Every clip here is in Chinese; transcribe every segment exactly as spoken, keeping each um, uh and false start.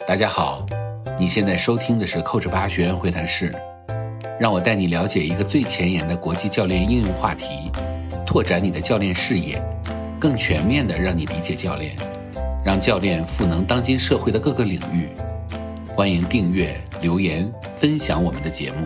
大家好，你现在收听的是 Coach 八学院会谈室，让我带你了解一个最前沿的国际教练应用话题，拓展你的教练视野，更全面地让你理解教练，让教练赋能当今社会的各个领域。欢迎订阅、留言、分享我们的节目。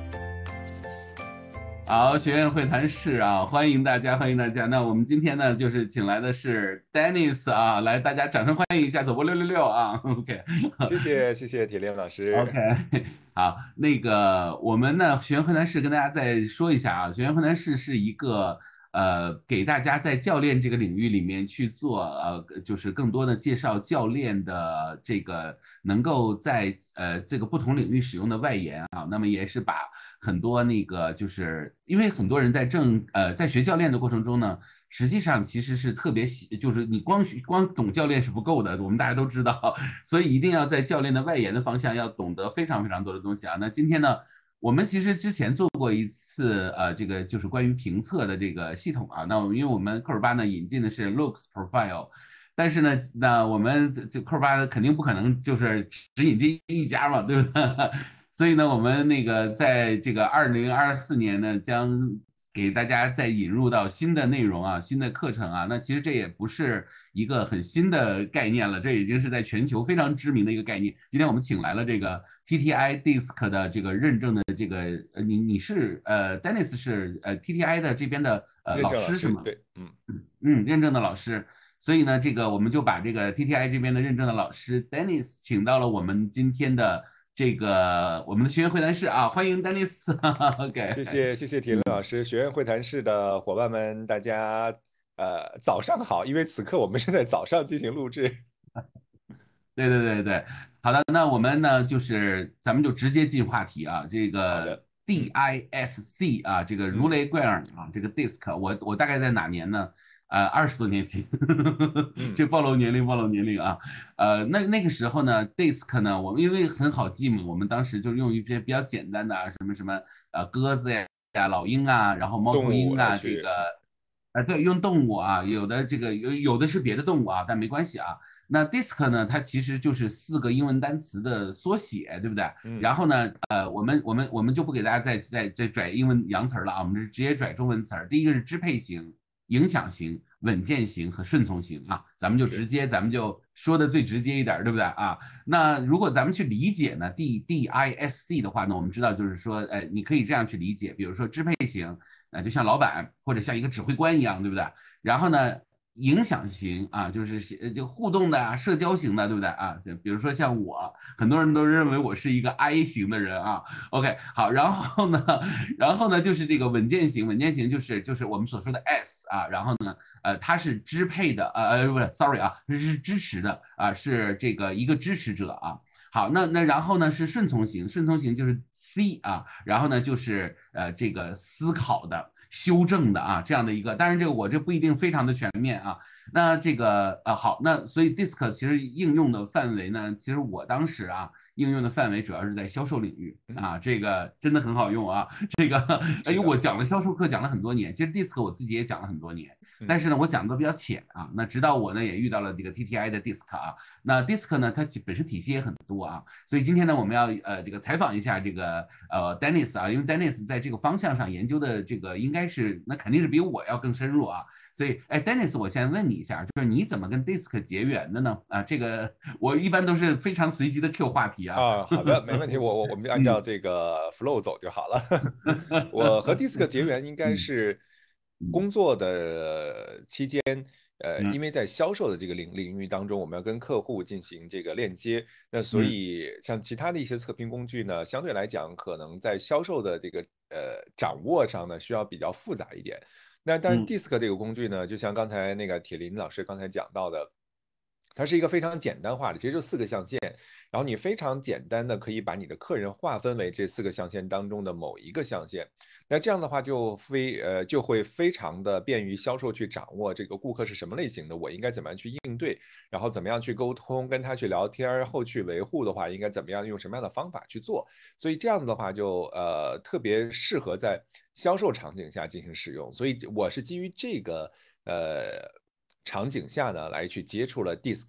好，学院会谈室啊，欢迎大家，欢迎大家。那我们今天呢，就是请来的是 Dennis 啊，来，大家掌声欢迎一下，走波六六六啊 ，OK， 谢谢谢谢铁链老师 ，OK，好，那个我们呢，学院会谈室跟大家再说一下啊，学院会谈室是一个呃，给大家在教练这个领域里面去做呃，就是更多的介绍教练的这个能够在呃这个不同领域使用的外延啊，那么也是把很多那个就是因为很多人在正呃在学教练的过程中呢，实际上其实是特别喜，就是你光光懂教练是不够的，我们大家都知道，所以一定要在教练的外延的方向要懂得非常非常多的东西啊。那今天呢？我们其实之前做过一次，呃，这个就是关于评测的这个系统啊。那因为我们 Coach 八呢引进的是 Looks Profile，但是呢，那我们就 Coach 八肯定不可能就是只引进一家嘛，对不对？所以呢，我们那个在这个二零二四年呢，将给大家再引入到新的内容啊，新的课程啊。那其实这也不是一个很新的概念了，这已经是在全球非常知名的一个概念。今天我们请来了这个 T T I D I S C 的这个认证的这个，呃，你你是呃 Dennis 是呃 T T I 的这边的呃认证老师， 老师是吗？ 对，嗯嗯，认证的老师。所以呢，这个我们就把这个 T T I 这边的认证的老师 Dennis 请到了我们今天的这个我们的学员会谈室啊，欢迎 Dennis。OK， 谢谢谢谢铁链老师，学院会谈室的伙伴们，大家呃早上好，因为此刻我们是在早上进行录制。 对对对对，好的，那我们呢就是咱们就直接进话题啊，这个好的，嗯 D I S C 啊，这个如嗯雷贯耳啊，这个 D I S C，我我大概在哪年呢？呃，二十多年前， 嗯这暴露年龄，暴露年龄啊。呃，那那个时候呢，D I S C 呢，我们因为很好记嘛，我们当时就用一些比较简单的啊，什么什么呃鸽子呀、老鹰啊，然后猫头动物鹰啊，这来去， 个。啊，对，用动物啊，有的这个有有的是别的动物啊，但没关系啊。那 D I S C 呢，它其实就是四个英文单词的缩写，对不对？ 嗯然后呢，呃，我们我们我们就不给大家再再再拽英文洋词儿了啊，我们是直接拽中文词儿。第一个是支配型、影响型、稳健型和顺从型啊，咱们就直是接咱们就说的最直接一点，对不对啊？那如果咱们去理解呢，D D I S C 的话呢，我们知道就是说，呃，你可以这样去理解，比如说支配型。啊，就像老板或者像一个指挥官一样，对不对？然后呢，影响型啊，就是就互动的啊，社交型的，对不对啊？就比如说像我，很多人都认为我是一个 I 型的人啊。OK，好，然后呢，然后呢就是这个稳健型，稳健型就是就是我们所说的 S 啊，然后呢，呃，它是支配的，呃呃，不是，sorry 啊，是支持的啊，是这个一个支持者啊。好，那那然后呢是顺从型，顺从型就是 C 啊，然后呢就是呃这个思考的、修正的啊这样的一个，当然这个我这不一定非常的全面啊。那这个呃好，那所以 D I S C 其实应用的范围呢，其实我当时啊应用的范围主要是在销售领域嗯啊，这个真的很好用啊，这个因为是的， 我讲了销售课讲了很多年，其实 D I S C 我自己也讲了很多年。 嗯但是呢，我讲的都比较浅啊。那直到我呢也遇到了这个 T T I 的 D I S C 啊，那 D I S C 呢它本身体系也很多啊，所以今天呢我们要呃这个采访一下这个呃 Dennis 啊，因为 Dennis 在这个方向上研究的这个应该是那肯定是比我要更深入啊。所以哎 Dennis，我先问你一下，就是你怎么跟 D I S C 结缘的呢？啊，这个我一般都是非常随机的 Q 话题啊。 啊，好的，没问题，我我我们就按照嗯这个 flow 走就好了。我和 D I S C 结缘应该嗯是嗯工作的期间，呃， 嗯因为在销售的这个领领域当中，我们要跟客户进行这个链接，那所嗯以像其他的一些测评工具呢，相对来讲，可能在销售的这个呃掌握上呢，需要比较复杂一点。那当然嗯 ，D I S C 这个工具呢，就像刚才那个铁林老师刚才讲到的。它是一个非常简单化的，其实就四个象限，然后你非常简单的可以把你的客人划分为这四个象限当中的某一个象限，那这样的话就非呃就会非常的便于销售去掌握这个顾客是什么类型的，我应该怎么样去应对，然后怎么样去沟通，跟他去聊天，后续维护的话应该怎么样用什么样的方法去做，所以这样的话就呃特别适合在销售场景下进行使用，所以我是基于这个呃场景下呢来去接触了 D I S C。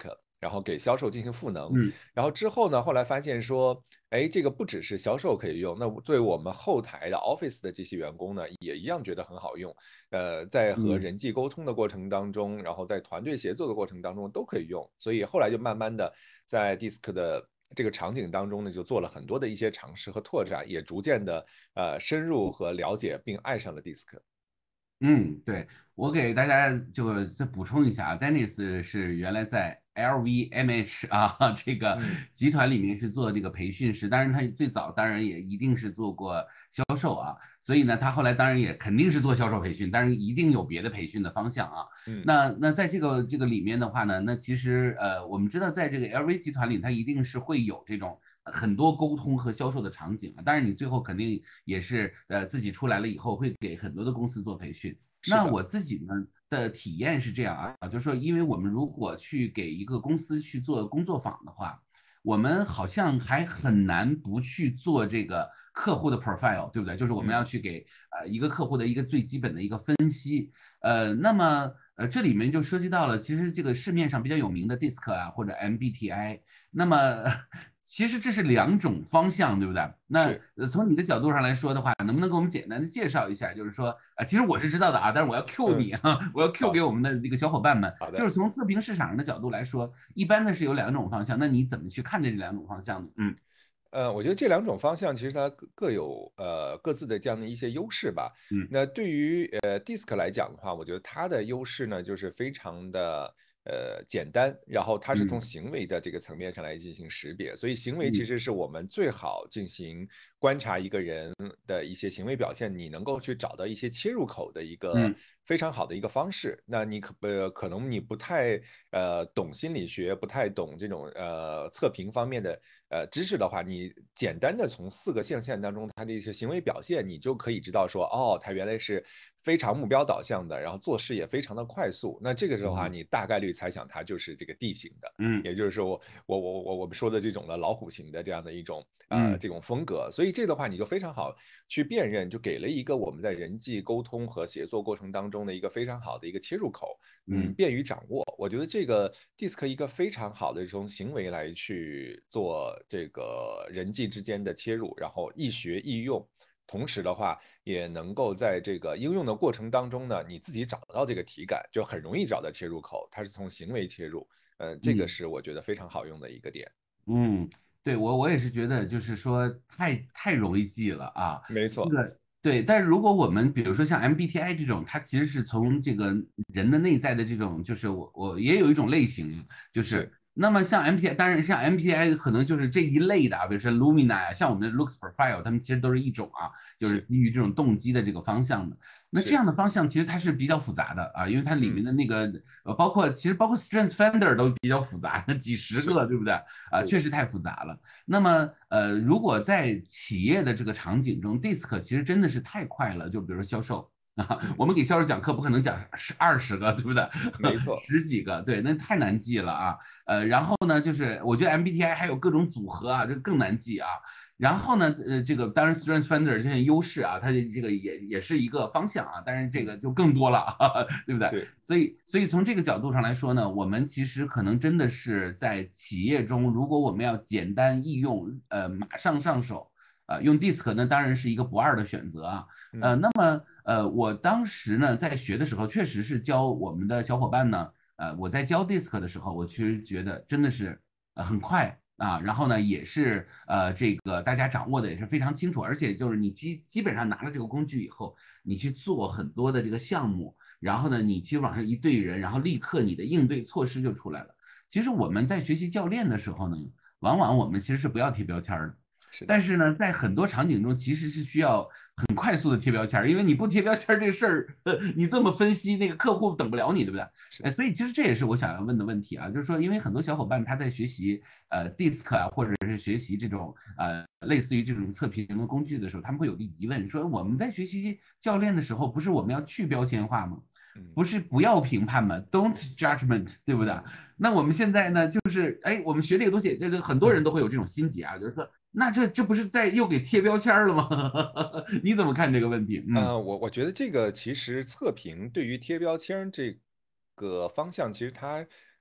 然后给销售进行赋能。 嗯然后之后呢，后来发现说，哎，这个不只是销售可以用，那对我们后台的 Office 的这些员工呢，也一样觉得很好用。呃，在和嗯人际沟通的过程当中，然后在团队协作的过程当中都可以用。所以后来就慢慢的在 Disc 的这个场景当中呢，就做了很多的一些尝试和拓展，也逐渐的呃深入和了解并爱上了 Disc。 嗯，对，我给大家就再补充一下啊，Dennis 是原来在 L V M H 啊这个嗯， 集团里面是做这个培训师，当然他最早当然也一定是做过销售啊，所以呢，他后来当然也肯定是做销售培训，但是一定有别的培训的方向啊。 嗯， 那那在这个这个里面的话呢，那其实呃，我们知道在这个 L V 集团里，它一定是会有这种很多沟通和销售的场景啊。当然，你最后肯定也是呃自己出来了以后，会给很多的公司做培训。 是的。 那我自己呢的体验是这样啊，就是说，因为我们如果去给一个公司去做工作坊的话，我们好像还很难不去做这个客户的 profile，对不对？就是我们要嗯， 去给呃一个客户的一个最基本的一个分析。呃，那么呃这里面就涉及到了，其实这个市面上比较有名的 D I S C 啊或者 M B T I，那么其实这是两种方向，对不对？那是， 呃从你的角度上来说的话，能不能给我们简单的介绍一下？就是说，呃，其实我是知道的啊，但是我要 Q 嗯， 你啊，我要 Q 给好我们的这个小伙伴们， 好的。 就是从测评市场上的角度来说，一般的是有两种方向，那你怎么去看这两种方向呢？嗯呃，我觉得这两种方向其实它各各有呃各自的这样的一些优势吧。 嗯那对于呃 Disc 来讲的话，我觉得它的优势呢就是非常的呃简单，然后它是从嗯行为的这个层面上来进行识别，所以行为其嗯实是我们最好进行观察一个人的一些行为表现，你能够去找到一些切入口的一个嗯非常好的一个方式。那你可呃可能你不太呃懂心理学，不太懂这种呃测评方面的呃知识的话，你简单的从四个象限当中他的一些行为表现，你就可以知道说，哦，他原来是非常目标导向的，然后做事也非常的快速。那这个时候啊， 嗯你大概率猜想他就是这个 D 型的。 嗯也就是说我我我我我们说的这种的老虎型的这样的一种呃嗯这种风格，所以这的话你就非常好去辨认，就给了一个我们在人际沟通和协作过程当中的一个非常好的一个切入口，嗯， 嗯便于掌握。我觉得这个 DISC 一个非常好的这种行为来去做这个人际之间的切入，然后易学易用。同时的话，也能够在这个应用的过程当中呢，你自己找到这个体感，就很容易找到切入口。它是从行为切入，呃，这个嗯是我觉得非常好用的一个点。 嗯，对我我也是觉得，就是说太太容易记了啊。 没错， 这个对，但是如果我们比如说像 M B T I 这种，它其实是从这个人的内在的这种，就是我我也有一种类型，就是是那么像 M B T I，当然像 M B T I 可能就是这一类的啊，比如说 Lumina 呀、像我们的 Looks Profile，他们其实都是一种啊，就是是基于这种动机的这个方向的。那这是， 样的方向其实它是比较复杂的啊，因为它里面嗯， 的那个呃，包括其实包括 Strength Finder 都比较复杂，那几十是个，对不对？啊， 对的， 确实太复杂了。那么，呃，如果在企业的这个场景中，DISC 其实真的是太快了。就比如说销售啊， 嗯， 我们给销售讲课不可能讲十二十个，对不对？ 没错， 十几个，对，那太难记了啊。呃，然后呢，就是我觉得 M B T I 还有各种组合啊，这更难记啊。然后呢，呃，这个当然 Strength Finder 这些优势啊，它这个也也是一个方向啊，但是这嗯， 个就更多了，对不对？ 是， 所以，所以从这个角度上来说呢，我们其实可能真的是在企业中，如果我们要简单易用，呃，马上上手，呃，用 DISC 那当然是一个不二的选择啊。呃， 嗯那么，呃，我当时呢在学的时候，确实是教我们的小伙伴呢，呃，我在教 DISC 的时候，我其实觉得真的是呃很快。啊，然后呢，也是呃，这个大家掌握的也是非常清楚，而且就是你基基本上拿了这个工具以后，你去做很多的这个项目，然后呢，你其实往上一对人，然后立刻你的应对措施就出来了。其实我们在学习教练的时候呢，往往我们其实是不要贴标签的， 是的， 但是呢，在很多场景中其实是需要很快速的贴标签，因为你不贴标签这事儿，你这么分析，那个客户等不了你，对不对？哎， 是的， 所以其实这也是我想要问的问题啊，就是说，因为很多小伙伴他在学习呃 DISC 啊，或者是学习这种呃类似于这种测评的工具的时候，他们会有个疑问，说我们在学习教练的时候，不是我们要去标签化吗？ 嗯不是不要评判吗？Don't judgment，对不对？ 嗯。 那我们现在呢，就是哎，我们学这个东西，这个很多人都会有这种心结啊，就是说，那这这不是在又给贴标签了吗？你怎么看这个问题？嗯呃，我我觉得这个其实测评对于贴标签儿这个方向，其实它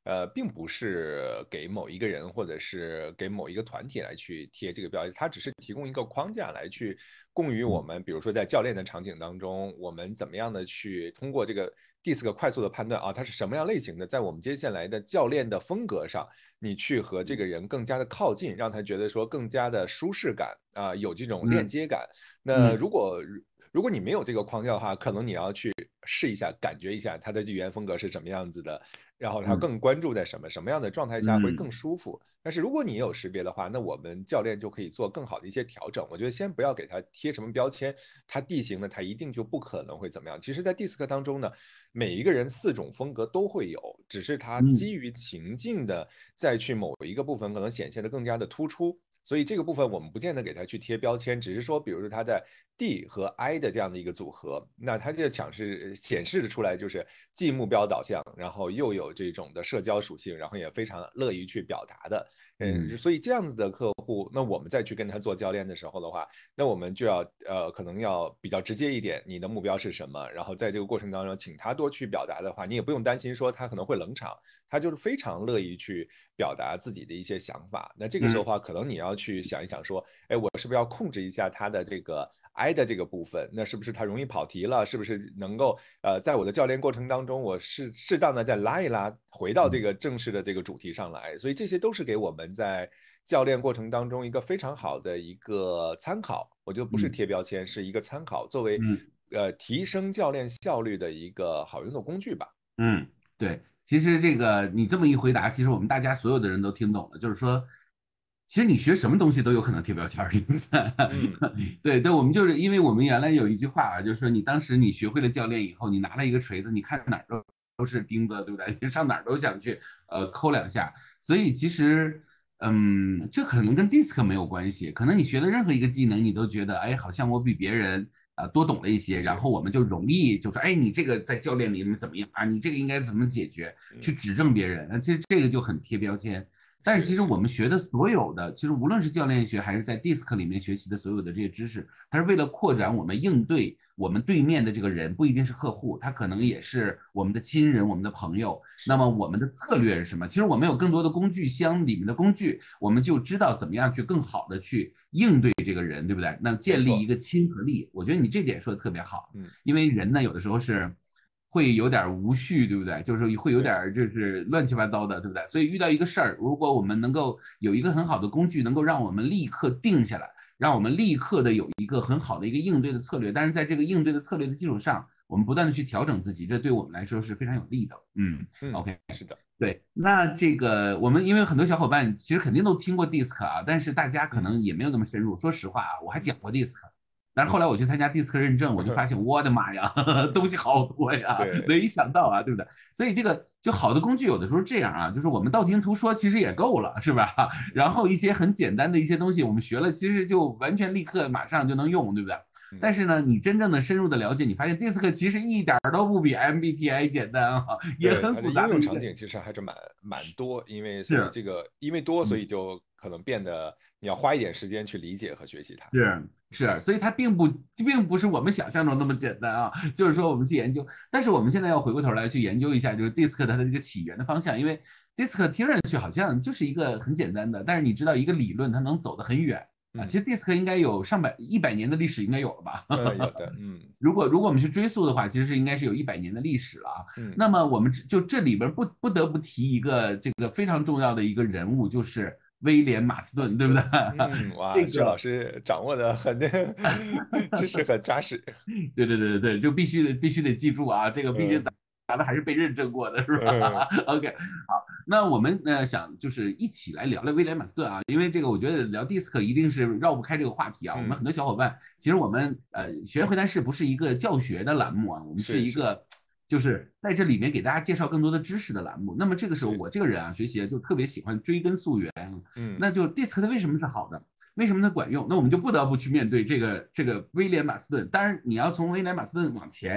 呃，并不是给某一个人或者是给某一个团体来去贴这个标签，它只是提供一个框架来去供于我们，比如说在教练的场景当中，我们怎么样的去通过这个 D I S C 快速的判断啊，它是什么样类型的，在我们接下来的教练的风格上，你去和这个人更加的靠近，让他觉得说更加的舒适感啊，有这种链嗯接感。那嗯如果如果你没有这个框架的话，可能你要去试一下，感觉一下他的语言风格是什么样子的，然后他嗯更关注在什么什么样的状态下会嗯更舒服。但是如果你有识别的话，那我们教练就可以做更好的一些调整。我觉得先不要给他贴什么标签，他地形呢，他一定就不可能会怎么样。其实，在 D I S C 当中呢，每一个人四种风格都会有，只是他嗯基于情境的再去某一个部分可能显现的更加的突出。所以这个部分我们不见得给他去贴标签，只是说，比如说他在 D 和 I 的这样的一个组合，那他就想是显示的出来，就是既目标导向，然后又有这种的社交属性，然后也非常乐于去表达的。嗯， 嗯所以这样子的客户，那我们再去跟他做教练的时候的话，那我们就要呃，可能要比较直接一点，你的目标是什么？然后在这个过程当中，请他多去表达的话，你也不用担心说他可能会冷场，他就是非常乐意去表达自己的一些想法。那这个时候的嗯话，可能你要去想一想说，哎，我是不是要控制一下他的这个 I 的这个部分？那是不是他容易跑题了？是不是能够呃，在我的教练过程当中，我是适当的再拉一拉，回到这嗯个正式的这个主题上来？所以这些都是给我们在教练过程当中一个非常好的一个参考。我觉得不是嗯贴标签，是一个参考，作为嗯呃提升教练效率的一个好用的工具吧。 嗯，对，其实这个你这么一回答，其实我们大家所有的人都听懂了，就是说，其实你学什么东西都有可能贴标签儿。 嗯对对，我们就是因为我们原来有一句话啊，就是说你当时你学会了教练以后，你拿了一个锤子，你看哪儿都都是钉子，对不对？你上哪儿都想去呃抠两下，所以其实。嗯，这可能跟 D I S C 没有关系，可能你学的任何一个技能，你都觉得，哎，好像我比别人啊、呃多懂了一些，然是后我们就容易就说，哎，你这个在教练里面怎么样啊？你这个应该怎么解决？去嗯指正别人，那其实这个就很贴标签。但是其实我是是们学的所有的，其实无论是教练学还是在 D I S C 里面学习的所有的这些知识，它是为了扩展我们应对我们对面的这个人，不一定是客户，他可能嗯也是我们的亲人、我们的朋友。那是么我们的策略是什么？其实我们有更多的工具箱里面的工具，我们就知道怎么样去更好的去应对这个人，对不对？那没错。 建立一个亲和力，我觉得你这点说的特别好， 嗯因为人呢有的时候是。会有点无序，对不对？就是会有对点就是乱七八糟的，对不对？所以遇到一个事儿，如果我们能够有一个很好的工具，能够让我们立刻定下来，让我们立刻的有一个很好的一个应对的策略。但是在这个应对的策略的基础上，我们不断的去调整自己，这对我们来说是非常有利的。嗯嗯 ，OK。 是的。 对，那这个我们因为很多小伙伴其实肯定都听过 D I S C 啊，但是大家可嗯能也没有那么深入。说实话啊，我还嗯讲过 D I S C，但是后嗯来我去参加 D I S C 认证，我就发现我的妈呀，东西好多呀， 对没想到啊，对不对？所以这个就好的工具有的时候这样啊，就是我们道听途说其实也够了，是吧？然后一些很简单的一些东西我们学了，其实就完全立刻马上就能用，对不对？ 嗯但是呢，你真正的深入的了解，你发现 D I S C 其实一点都不比 M B T I 简单啊，也对， 很它的应复杂的一个。 用场景其实还是蛮蛮多，因为所以是， 这个因为多，所嗯。 以就可能变得你要花一点时间去理解和学习它。 是是，所以它并不并不是我们想象中那么简单啊。就是说，我们去研究，但是我们现在要回过头来去研究一下，就是 D I S C 它的这个起源的方向，因为 D I S C 听上去好像就是一个很简单的，但是你知道一个理论它能走得很远啊。 嗯其实 D I S C 应该有上百一百年的历史，应该有了吧？ 嗯，有的。嗯如果如果我们去追溯的话，其实是应该是有一百年的历史了啊。 嗯那么我们就这里边不不得不提一个这个非常重要的一个人物，就是威廉马斯顿，对不对？ 马斯顿。嗯，哇，薛老这个师掌握的很知识很扎实。 对对对对对，就必须得必须得记住啊，这个必须咱嗯咱们还是被认证过的，是吧嗯 ？OK，好，那我们呢想就是一起来聊聊威廉马斯顿啊，因为这个我觉得聊 D I S C 一定是绕不开这个话题啊。我们嗯， 很多小伙伴，其实我们呃学员会谈室不是一个教学的栏目啊，我们是是是一个就是在这里面给大家介绍更多的知识的栏目。那么这个时候是。 我这个人啊，学习就特别喜欢追根溯源， 嗯那就 D I S C 它为什么是好的？为什么它管用？那我们就不得不去面对这个这个威廉马斯顿。当然，你要从威廉马斯顿往前，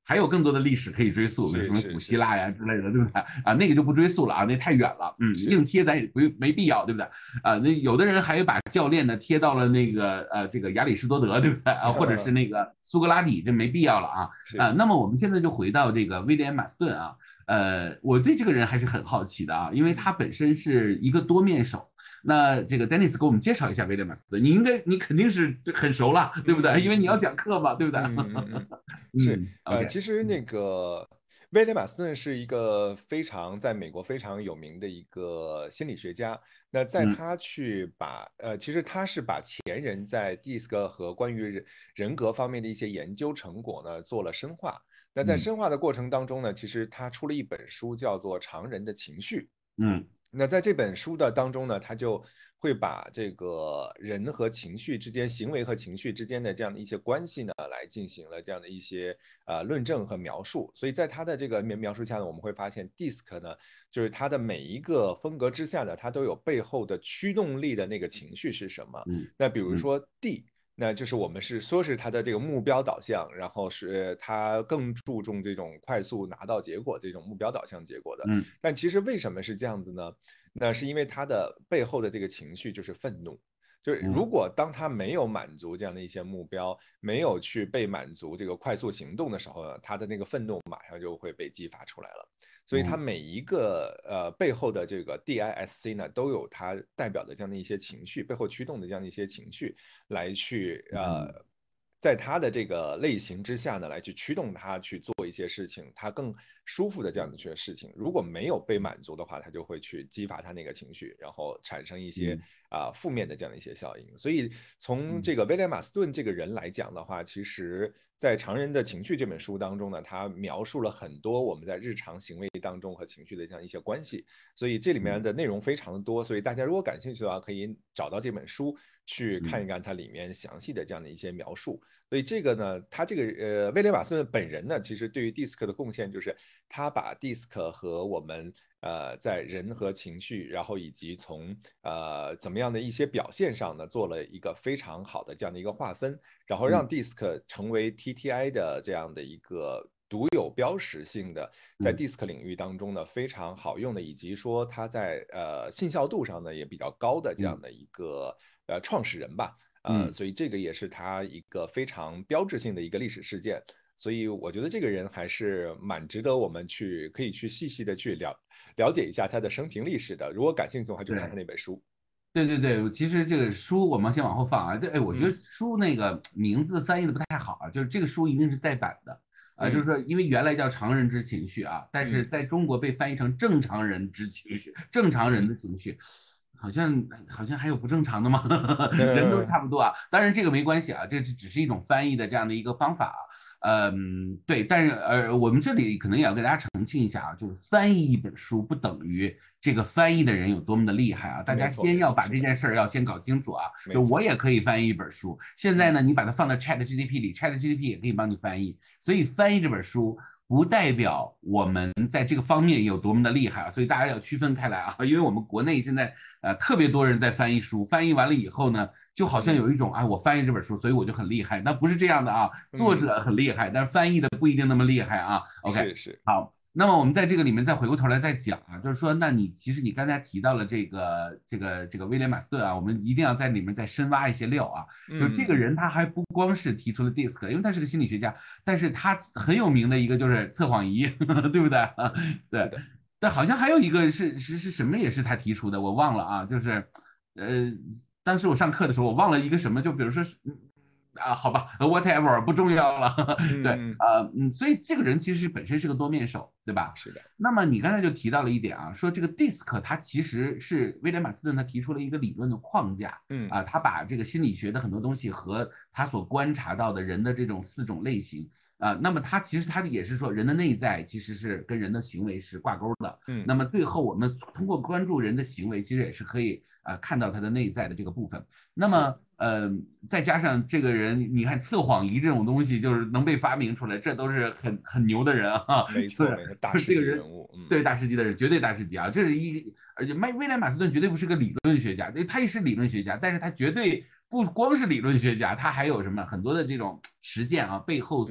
还有更多的历史可以追溯，比如什么古希腊呀之类的，对不对啊？那个就不追溯了啊，那太远了。嗯，硬贴咱也不没必要，对不对啊？那有的人还把教练呢贴到了那个呃这个亚里士多德，对不对啊？或者是那个苏格拉底，这没必要了啊。啊，那么我们现在就回到这个威廉马斯顿啊，呃，我对这个人还是很好奇的啊，因为他本身是一个多面手。那这个 Dennis 给我们介绍一下威廉马斯顿，你应该你肯定是很熟了，对不对？因为你要讲课嘛，对不对？ 嗯嗯嗯，是嗯呃， ，OK， 其实那个威廉马斯顿是一个非常在美国非常有名的一个心理学家。那在嗯他去把呃，其实他是把前人在 D I S C 和关于人人格方面的一些研究成果呢做了深化。那在嗯深化的过程当中呢，其实他出了一本书，叫做《常人的情绪》。 嗯那在这本书的当中呢，他就会把这个人和情绪之间、行为和情绪之间的这样的一些关系呢，来进行了这样的一些呃论证和描述。所以在他的这个描述下呢，我们会发现 D I S C 呢，就是它的每一个风格之下呢，它都有背后的驱动力的那个情绪是什么。 嗯那比如嗯说 D。那就是我们是说是他的这个目标导向，然后是他更注重这种快速拿到结果这种目标导向结果的。 嗯但其实为什么是这样子呢？那是因为他的背后的这个情绪就是愤怒。就是如嗯果当他没有满足这样的一些目标，没有去被满足这个快速行动的时候呢，他的那个愤怒马上就会被激发出来了。所以他嗯每一个呃背后的这个 D I S C 呢，都有它代表的这样的一些情绪，背后驱动的这样的一些情绪，来去呃， 嗯在他的这个类型之下呢，来去驱动他去做一些事情，他更舒服的这样的一些事情。如果没有被满足的话，他就会去激发他那个情绪，然后产生一些啊、呃、负面的这样的一些效应。所以从这个威廉马斯顿这个人来讲的话，其实在《常人的情绪》这本书当中呢，他描述了很多我们在日常行为当中和情绪的这样一些关系。所以这里面的内容非常的多，所以大家如果感兴趣的话，可以找到这本书去看一看它里面详细的这样的一些描述。所以这个呢，他这个呃威廉马斯顿本人呢，其实对于 D I S C 的贡献就是他把 D I S C 和我们呃在人和情绪，然后以及从呃怎么样的一些表现上呢，做了一个非常好的这样的一个划分，然后让嗯 D I S C 成为 T T I 的这样的一个独有标识性的，在嗯 D I S C 领域当中呢非常好用的，以及说它在呃信效度上呢也比较高的这样嗯的一个呃创始人吧。呃， 嗯， 所以这个也是他一个非常标志性的一个历史事件。所以我觉得这个人还是蛮值得我们去可以去细细的去了了解一下他的生平历史的。如果感兴趣的话，就看看对那本书。 对对对，其实这个书我们先往后放啊。对，哎，我觉得嗯书那个名字翻译的不太好啊，就是这个书一定是再版的。啊，就是嗯说，因为原来叫常人之情绪啊，但是嗯在中国被翻译成正常人之情绪，正常人嗯的情绪，好像好像还有不正常的吗？人都嗯差不多啊。当然这个没关系啊，这只是一种翻译的这样的一个方法啊。嗯，对，但是呃，我们这里可能也要给大家澄清一下啊，就是翻译一本书不等于这个翻译的人有多么的厉害啊，大家没错没错， 先要把这是的， 件事儿要先搞清楚啊。就我没错。 也可以翻译一本书，现在嗯呢，你把它放到 Chat G P T 里，Chat G P T 也可以帮你翻译，所以翻译这本书不代表我们在这个方面有多么的厉害啊，所以大家要区分开来啊，因为我们国内现在呃特别多人在翻译书，翻译完了以后呢，就好像嗯有一种啊，我翻译这本书，所以我就很厉害，那不是这样的啊，作嗯， 者很厉害，但是翻译的不一定那么厉害啊。OK， 是是， 好。那么我们在这个里面再回过头来再讲啊，就是说，那你其实你刚才提到了这个这个这个威廉马斯顿啊，我们一定要在里面再深挖一些料啊。就是这个嗯嗯人他还不光是提出了 D I S C，因为他是个心理学家，但是他很有名的一个就是测谎仪，对不对？对， 是的， 但好像还有一个是是是什么也是他提出的，我忘了啊，就是呃，当时我上课的时候我忘了一个什么，就比如说是。啊，好吧，whatever 不重要了，对， 嗯嗯呃，嗯，所以这个人其实本身是个多面手，对吧？ 是的， 那么你刚才就提到了一点啊，说这个 D I S C 它其实是威廉马斯顿他提出了一个理论的框架嗯啊，他把这个心理学的很多东西和他所观察到的人的这种四种类型啊，那么他其实他也是说人的内在其实是跟人的行为是挂钩的， 嗯那么最后我们通过关注人的行为，其实也是可以啊看到他的内在的这个部分。那是， 么呃，再加上这个人，你看测谎仪这种东西，就是能被发明出来，这都是很很牛的人啊，就是没错没错，大就是这师个人， 级人物。嗯对大师级的人，绝对大师级啊！这是一，而且麦威廉马斯顿绝对不是个理论学家，他也是理论学家，但是他绝对不光是理论学家，他还有什么很多的这种实践啊背后所嗯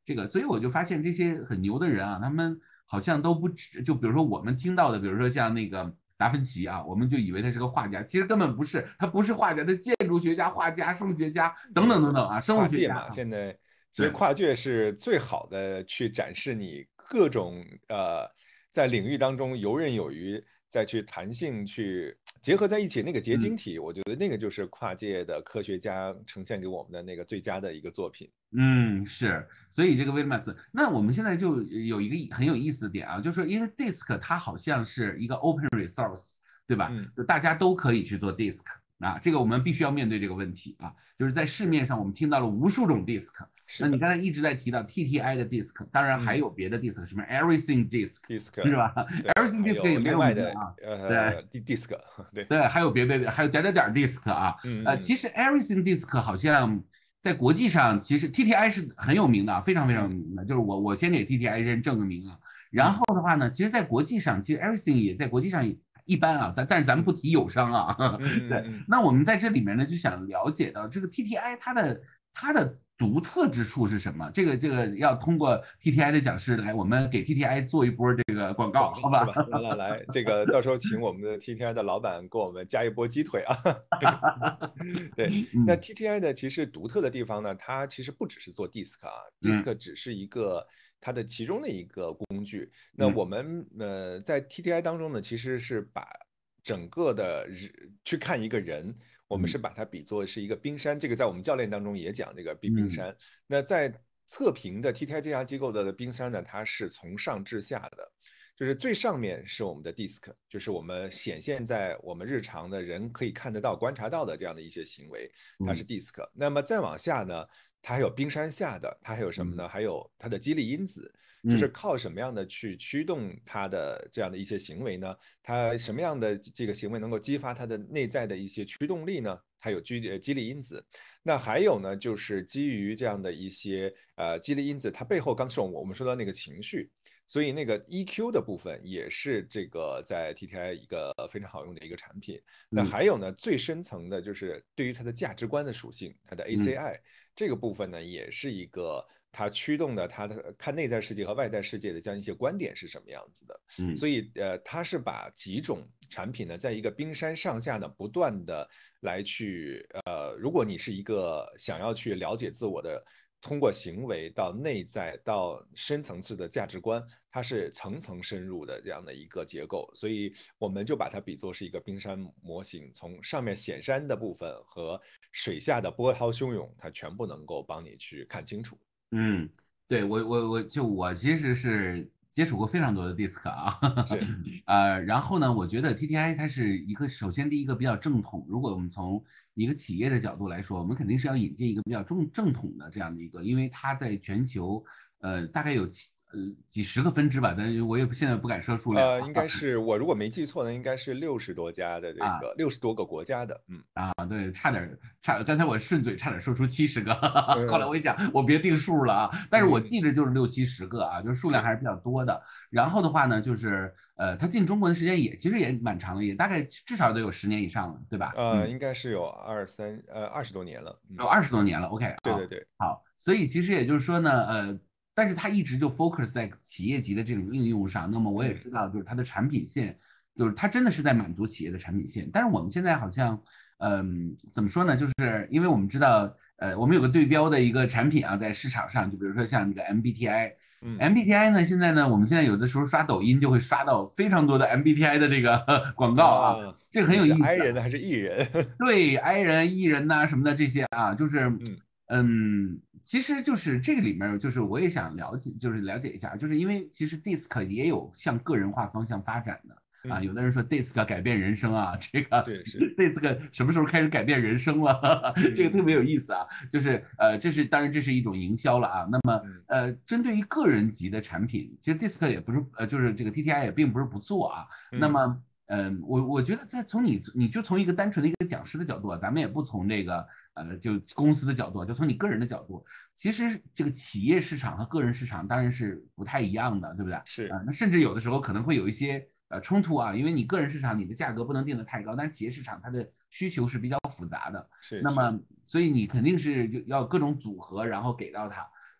这个，所以我就发现这些很牛的人啊，他们好像都不只，就比如说我们听到的，比如说像那个达芬奇啊，我们就以为他是个画家，其实根本不是，他不是画家，他建筑学家、画家、数学家等没错， 等等等啊，生物跨界嘛， 学家啊， 现在其实对， 跨界是最好的去展示你各种呃在领域当中游刃有余，再去弹性去结合在一起那个结晶嗯。 体，我觉得那个就是跨界的科学家呈现给我们的那个最佳的一个作品。 嗯，是，所以这个威廉姆斯，那我们现在就有一个很有意思的点啊，就是说，因为 disk 它好像是一个 open resource，对吧？ 嗯， 就大家都可以去做 disk 啊，这个我们必须要面对这个问题啊，就是在市是面上我们听到了无数种 disk， 是的， 那你刚才一直在提到 T T I 的 disk，当然还嗯有别的 disk，什么 everything disk， ，disk 是吧对， ？everything 还 disk 也有蛮另外的有名的啊，对。 呃 disk 对， 对，还有别别别，还有点点点 disk 啊，呃， 嗯嗯其实 everything disk 好像在国际上，其实 T T I 是很有名的，非常非常有嗯名的。就是我我先给 T T I 先正个名啊，然嗯后的话呢，其实，在国际上，其实 everything 也在国际上一般啊，咱但是咱们不嗯提友商啊， 嗯嗯对。 嗯嗯。 那我们在这里面呢，就想了解到这个 T T I 它的它的独特之处是什么？这个这个要通过 T T I 的讲师来，我们给 T T I 做一波这个广告， 广好吧？ 告是吧？来来来，这个到时候请我们的 T T I 的老板给我们加一波鸡腿啊！对，那嗯 T T I 的其实独特的地方呢，它其实不只是做 disk 啊嗯 ，disk 只是一个它的其中的一个工具。那嗯我们呃在 T T I 当中呢，其实是把整个的人去看一个人，我们嗯是把它比作是一个冰山。这个在我们教练当中也讲这个冰冰嗯山。那在测评的 T T I 这家机构的冰山呢，它是从上至下的。就是最上面是我们的 disk，就是我们显现在我们日常的人可以看得到、观察到的这样的一些行为，它是嗯 disk。那么再往下呢，它还有冰山下的，它还有什么嗯呢？还有它的激励因子，就是嗯靠什么样的去驱动它的这样的一些行为呢？它什么样的这个行为能够激发它的内在的一些驱动力呢？它有激呃激励因子。那还有呢，就是基于这样的一些呃激励因子，它背后刚是我们说到那个情绪。所以那个 E Q 的部分也是这个在 T T I 一个非常好用的一个产品。那嗯还有呢，最深层的就是对于它的价值观的属性，它的嗯 A C I 这个部分呢，也是一个它驱动的它的看内在世界和外在世界的这样一些观点是什么样子的。 嗯所以呃，它是把几种产品呢，在一个冰山上下呢，不断的来去呃，如果你是一个想要去了解自我的。通过行为到内在到深层次的价值观，它是层层深入的这样的一个结构，所以我们就把它比作是一个冰山模型，从上面显山的部分和水下的波涛汹涌，它全部能够帮你去看清楚。 嗯，对我我我就我其实是接触过非常多的 disk 啊， 是， 呃，然后呢，我觉得 T T I 它是一个首先第一个比较正统，如果我们从一个企业的角度来说，我们肯定是要引进一个比较正正统的这样的一个，因为它在全球呃大概有几呃几十个分支吧，但是我也不现在不敢说数量呃，应该是我如果没记错呢，应该是六十多家的这啊。 个六十多个国家的，嗯啊，对，差点差，刚才我顺嘴差点说出七十个，后来嗯我一想，我别定数了啊，但是我嗯， 记着就是六七十个啊，就是数量是。 还是比较多的。然后的话呢，就是呃，它进中国的时间也其实也蛮长的，也大概至少得有十年以上了，对吧？ 呃， 嗯， 应该是有二三呃二十多年了，嗯， 有二十多年了。OK 啊， 对对对， 好，所以其实也就是说呢，呃，但是它一直就 focus 在企业级的这种应用上。那么我也嗯知道，就是它的产品线，就是它真的是在满足企业的产品线。但是我们现在好像，嗯、怎么说呢？就是因为我们知道，呃，我们有个对标的一个产品啊，在市场上，就比如说像这个 M B T I。 嗯 M B T I 呢，现在呢，我们现在有的时候刷抖音就会刷到非常多的 M B T I 的这个广告啊， 啊， 这个很你是有意 I 思啊。 人的还是 E 人？ 对，i 人、e 人呐、什么的这些啊，就是， 嗯嗯，其实就是这个里面，就是我也想了解，就是了解一下，就是因为其实 disk 也有向个人化方向发展的啊。 嗯， 有的人说 disk 改变人生啊，这个是是， disk 什么时候开始改变人生了？这个特别有嗯意思啊。就是呃，这是当然这是一种营销了啊。那么嗯呃，针对于个人级的产品，其实 disk 也不是呃，就是这个 T T I 也并不是不做啊。那嗯么嗯，我我觉得在从你你就从一个单纯的一个讲师的角度啊，咱们也不从这个呃就公司的角度，就从你个人的角度，其实这个企业市场和个人市场当然是不太一样的，对不对？ 是呃，那甚至有的时候可能会有一些呃冲突啊，因为你个人市场你的价格不能定得太高，但是企业市场它的需求是比较复杂的， 是是， 那么所以你肯定是要各种组合，然后给到它。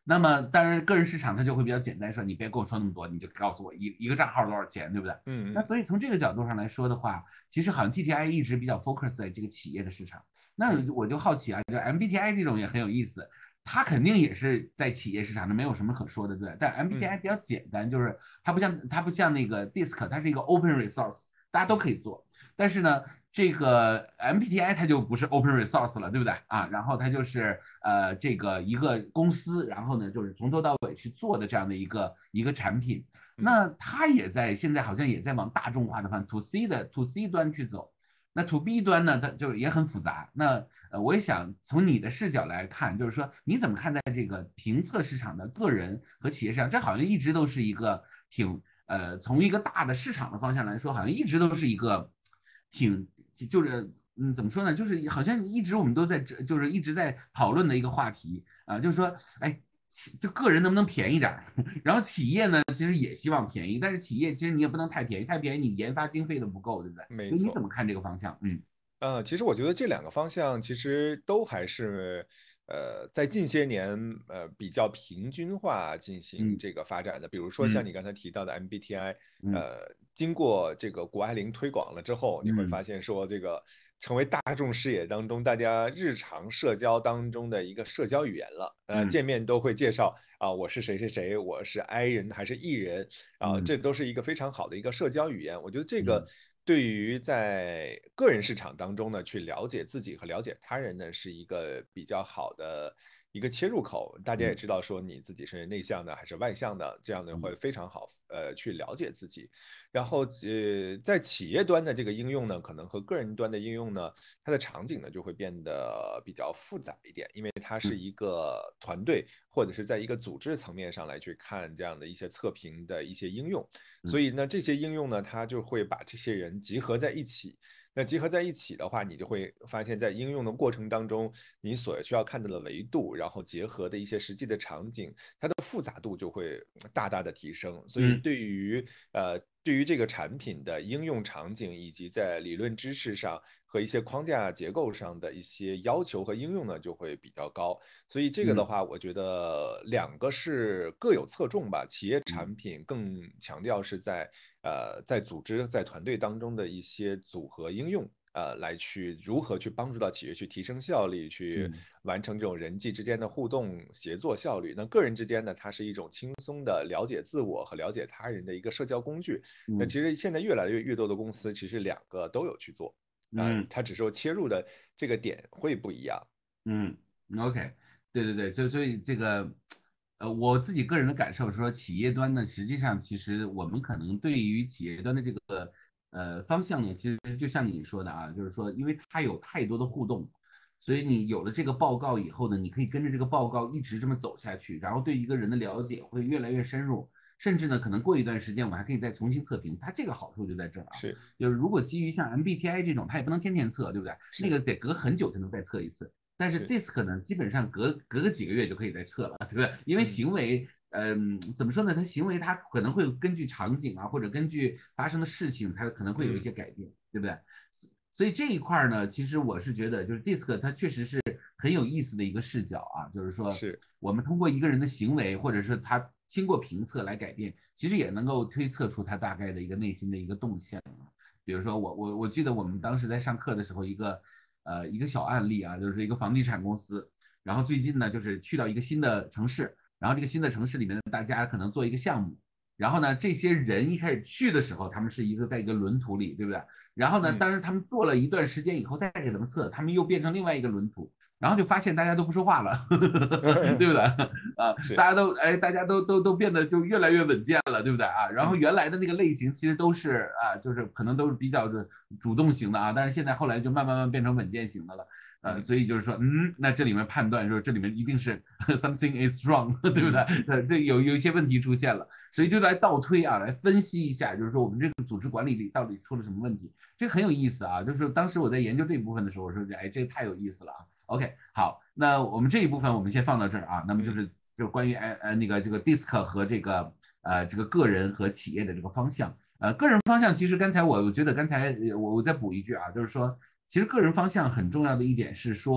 那么当然，个人市场它就会比较简单，说你别跟我说那么多，你就告诉我一一个账号多少钱，对不对？那嗯嗯所以从这个角度上来说的话，其实好像 T T I 一直比较 focus 在这个企业的市场。那嗯我就好奇啊，就 M B T I 这种也很有意思，它肯定也是在企业市场上没有什么可说的，对。但嗯 M B T I 比较简单，就是它不像它不像那个 D I S C，它是一个 open resource，大家都嗯可以做。但是呢，这个 M B T I 它就不是 open resource 了，对不对啊？然后它就是呃这个一个公司，然后呢就是从头到尾去做的这样的一个一个产品。 嗯那它也在现在好像也在往大众化的方 to C 的 to C 端去走。那 to B 端呢，它就是也很复杂。那呃，我也想从你的视角来看，就是说你怎么看待这个评测市场的个人和企业市场？这好像一直都是一个挺呃，从一个大的市场的方向来说，好像一直都是一个挺就是嗯，怎么说呢？就是好像一直我们都在就是一直在讨论的一个话题啊，就是说，哎，就个人能不能便宜点儿？然后企业呢，其实也希望便宜，但是企业其实你也不能太便宜，太便宜你研发经费都不够，对不对？所以你怎没错。 么看这个方向？嗯呃，其实我觉得这两个方向其实都还是，呃，在近些年，呃，比较平均化进行嗯这个发展的。比如说像嗯你刚才提到的 M B T I， 嗯呃，经过这个谷爱凌推广了之后，你会嗯发现说这个成为大众视野当中大家日常社交当中的一个社交语言了。呃， 嗯见面都会介绍啊，我是谁谁谁，我是 I 人还是 E 人，啊， 嗯这都是一个非常好的一个社交语言。我觉得这个嗯对于在个人市场当中呢，去了解自己和了解他人呢，是一个比较好的一个切入口。大家也嗯知道说你自己是内向的还是外向的，这样呢嗯会非常好，呃，去了解自己。然后呃，在企业端的这个应用呢，可能和个人端的应用呢，它的场景呢就会变得比较复杂一点，因为它是嗯一个团队或者是在一个组织层面上来去看这样的一些测评的一些应用。所嗯以呢，这些应用呢，它就会把这些人集合在一起。那集合在一起的话，你就会发现，在应用的过程当中，你所需要看到的维度，然后结合的一些实际的场景，它的复杂度就会大大的提升。所以， 嗯对于呃，对于这个产品的应用场景，以及在理论知识上和一些框架结构上的一些要求和应用呢，就会比较高。所以这个的嗯话，我觉得两个是各有侧重吧。企业嗯产品更强调是在呃在组织在团队当中的一些组合应用。呃，来去如何去帮助到企业去提升效率，去嗯完成这种人际之间的互动协作效率。那个人之间呢，它是一种轻松的了解自我和了解他人的一个社交工具。那嗯其实现在越来越越多的公司，其实两个都有去做啊、呃嗯它只是说切入的这个点会不一样。 嗯，OK，对对对，就所以这个，呃，我自己个人的感受是说，企业端呢，实际上其实我们可能对于企业端的这个呃方向呢，其实就像你说的啊，就是说，因为它有太多的互动，所以你有了这个报告以后呢，你可以跟着这个报告一直这么走下去，然后对一个人的了解会越来越深入，甚至呢，可能过一段时间我们还可以再重新测评，它这个好处就在这儿啊。 是就是如果基于像 M B T I 这种，它也不能天天测，对不对？那是个得隔很久才能再测一次。但是是， D I S C 呢，基本上隔隔个几个月就可以再测了，对不对？因为嗯行为，嗯、呃，怎么说呢？它行为它可能会根据场景啊，或者根据发生的事情，它可能会有一嗯些改变，对不对？所以这一块呢，其实我是觉得，就是 D I S C 它确实是很有意思的一个视角啊，就是说是我们通过一个人的行为，或者是他经过评测来改变，其实也能够推测出他大概的一个内心的一个动向。比如说我我我记得我们当时在上课的时候，一个呃一个小案例啊，就是一个房地产公司，然后最近呢就是去到一个新的城市，然后这个新的城市里面大家可能做一个项目，然后呢这些人一开始去的时候，他们是一个在一个轮图里，对不对？然后呢， 嗯当时他们做了一段时间以后再给他们测，他们又变成另外一个轮图，然后就发现大家都不说话了，对不对？啊，大是家都哎，大家都都都变得就越来越稳健了，对不对啊？然后嗯原来的那个类型其实都是啊，就是可能都是比较的主动型的啊，但是现在后来就慢慢慢变成稳健型的了。呃， 嗯所以就是说，嗯，那这里面判断说这里面一定是 something is wrong，对不对？ 嗯呃，这有有一些问题出现了，所以就来倒推啊，来分析一下，就是说我们这个组织管理里到底出了什么问题，这个很有意思啊。就是当时我在研究这一部分的时候，我说，哎，这个太有意思了啊。OK，好，那我们这一部分我们先放到这儿啊。那么就嗯是就是关于呃呃那个这个 D I S C 和这个呃这个个人和企业的这个方向。呃，个人方向其实刚才我我觉得刚才我我再补一句啊，就是说其实个人方向很重要的一点是说，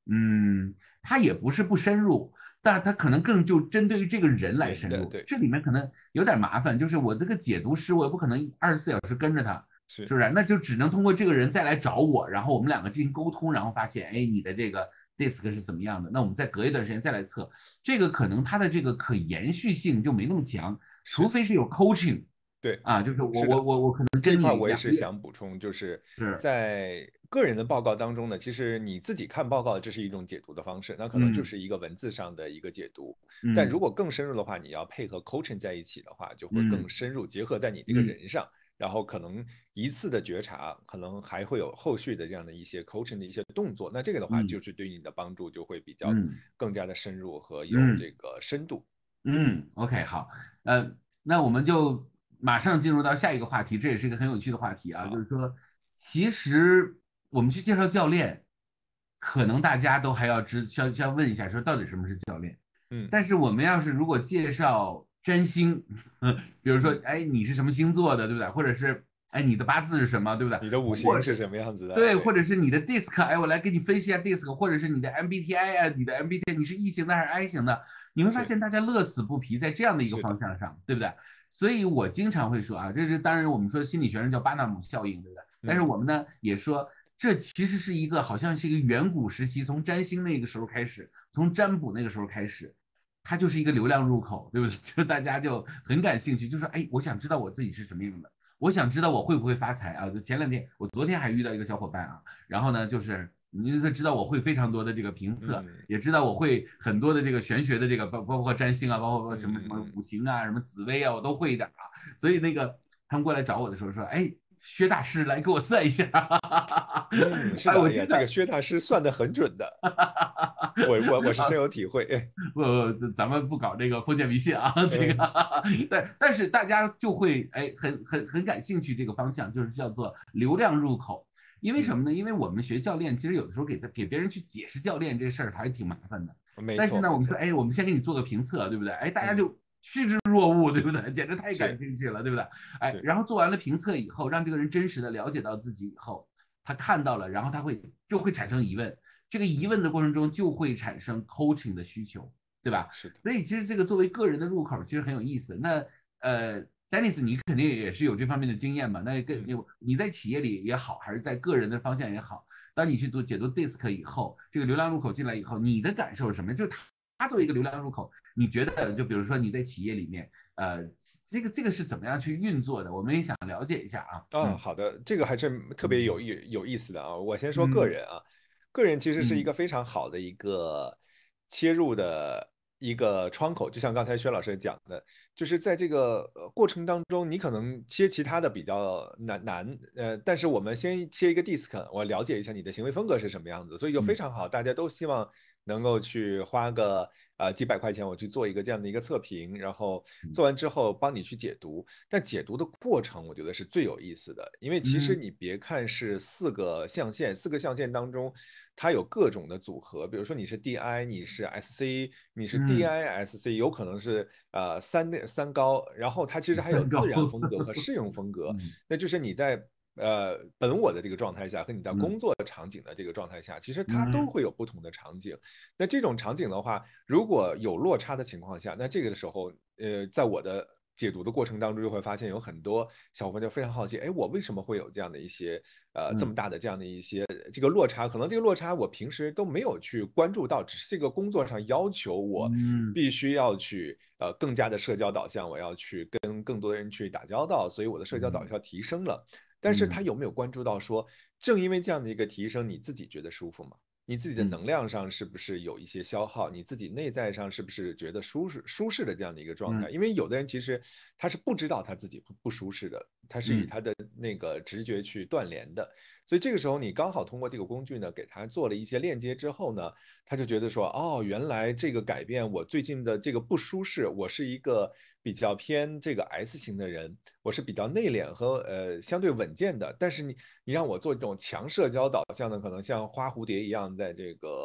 嗯，它也不是不深入，但它可能更就针对于这个人来人的， 深入。 对， 这里面可能有点麻烦，就是我这个解读师，我也不可能二十四小时跟着他，是是不是？那就只能通过这个人再来找我，然后我们两个进行沟通，然后发现，哎，你的这个 disk 是怎么样的？那我们再隔一段时间再来测，这个可能它的这个可延续性就没那么强，除是， 非是有 coaching 对， 啊，就是我是的。 我我我可能这一跟你两个月， 块儿我也是想补充，就是是， 在个人的报告当中呢，其实你自己看报告，这是一种解读的方式，那可能就嗯是一个文字上的一个解读。但如嗯果更深入的话，你要配合 coaching 在一起的话，就会更嗯深入，结合在你这个嗯人上，然后可能一次的觉察，可能还会有后续的这样的一些 coaching 的一些动作。那这个的话， 嗯就是对于你的帮助就会比较嗯更加的深入和有嗯。 这个深度。 嗯，OK，好，呃，那我们就马上进入到下一个话题，这也是一个很有趣的话题啊，就好， 是说，其实我们去介绍教练，可能大家都还要知，需要需要问一下，说到底什么是教练？ 嗯但是我们要是如果介绍占星，比如说， 嗯， 哎，你是什么星座的，对不对？或者是，哎，你的八字是什么，对不对？ 你的五或者行是什么样子的？ 对，或对， 者是你的 disc，哎，我来给你分析一下 disc，或者是你的 M B T I 啊，你的 M B T I 你是 E 型的还是 I 型的？你会发是现大家乐此不疲在这样的一个是的， 方向上，对不对？所以我经常会说啊，这是当然我们说心理学上叫巴纳姆效应，对不对？但是嗯。 我们呢也说，这其实是一个好像是一个远古时期，从占星那个时候开始，从占卜那个时候开始，它就是一个流量入口，对不对？就大家就很感兴趣，就说哎，我想知道我自己是什么样的。我想知道我会不会发财啊？就前两天，我昨天还遇到一个小伙伴啊，然后呢，就是你知道我会非常多的这个评测， 嗯也知道我会很多的这个玄学的这个包包括占星啊，包括什么什么嗯嗯嗯， 五行啊，什么紫薇啊，我都会一点啊。所以那个他们过来找我的时候说，哎，薛大师来给我算一下。 嗯，是哎， 的，哎呀，这我经常个薛大师算的很准的，我我我是深有体会。哎不，咱们不搞这个封建迷信啊，这个， 嗯但但是大家就会哎很很很感兴趣这个方向，就是叫做流量入口。因为什嗯， 么呢？因为我们学教练，其实有的时候给他给别人去解释教练这事儿还挺麻烦的。 没但是呢，我们说， 错没错， 哎，我们先给你做个评测，对不对？哎，大家嗯， 就趋之若鹜，对不对？简直太感是兴趣了，对不对？哎， 是， 然后做完了评测以后，让这个人真实的了解到自己以后，他看到了，然后他会就会产生疑问，这个疑嗯， 问的过程中就会产生 coaching 的需求。对吧？ 是的， 所以其实这个作为个人的入口，其实很有意思。那呃，Dennis，你肯定也是有这方面的经验嘛？那跟嗯你你在企业里也好，还是在个人的方向也好，当你去读解读 disk 以后，这个流量入口进来以后，你的感受是什么？就是它它作为一个流量入口，你觉得就比如说你在企业里面，呃，这个这个是怎么样去运作的？我们也想了解一下啊。 啊， 嗯好的，这个还是特别有意有意思的啊。我先说个嗯人啊，个人其实是一嗯个非常好的一个切入的一个窗口，就像刚才薛老师讲的，就是在这个呃过程当中，你可能切其他的比较难难，呃，但是我们先切一个 disk，我了解一下你的行为风格是什么样子，所以就非嗯常好，大家都希望能够去花个呃几百块钱，我去做一个这样的一个测评，然后做完之后帮你去解读。但解读的过程，我觉得是最有意思的，因为其实嗯你别看是四个象限，四个象限当中，它有各种的组合，比如说你是 D I，你是 S C，你是嗯， DISC，有可能是呃三三高，然后它其实还有三高。 自然风格和适应风格， 嗯那就是你在。呃，本我的这个状态下和你在嗯工作场景的这个状态下，其实它都嗯会有不同的场景。那这种场景的话，如果有落差的情况下，那这个的时候，呃，在我的解读的过程当中，就会发现有很多小伙伴就非常好奇，哎，我为什么会有这样的一些呃这么嗯大的这样的一些这个落差？可能这个落差我平时都没有去关注到，只是这个工作上要求我嗯必须要去呃更加的社交导向，我要去跟更多的人去打交道，所以我的社交导嗯向提升了。但是他嗯有没有关注到说，正因为这样的一个提升，你自己觉得舒服吗？你自己的嗯能量上是不是有一些消耗？你自己内在上是不是觉得舒适舒适的这样的一个状态？ 嗯因为有的人其实他是不知道他自己不不舒适的，他是与嗯他的那个直觉去断联的。所以这个时候你刚好通过这个工具呢，给他做了一些链接之后呢，他就觉得说，哦，原来这个改变我最近的这个不舒适，我是一个比较偏这个 S 型的人，我是比较内敛和呃相对稳健的，但是你你让我做这种强社交导向的，可能像花蝴蝶一样在这个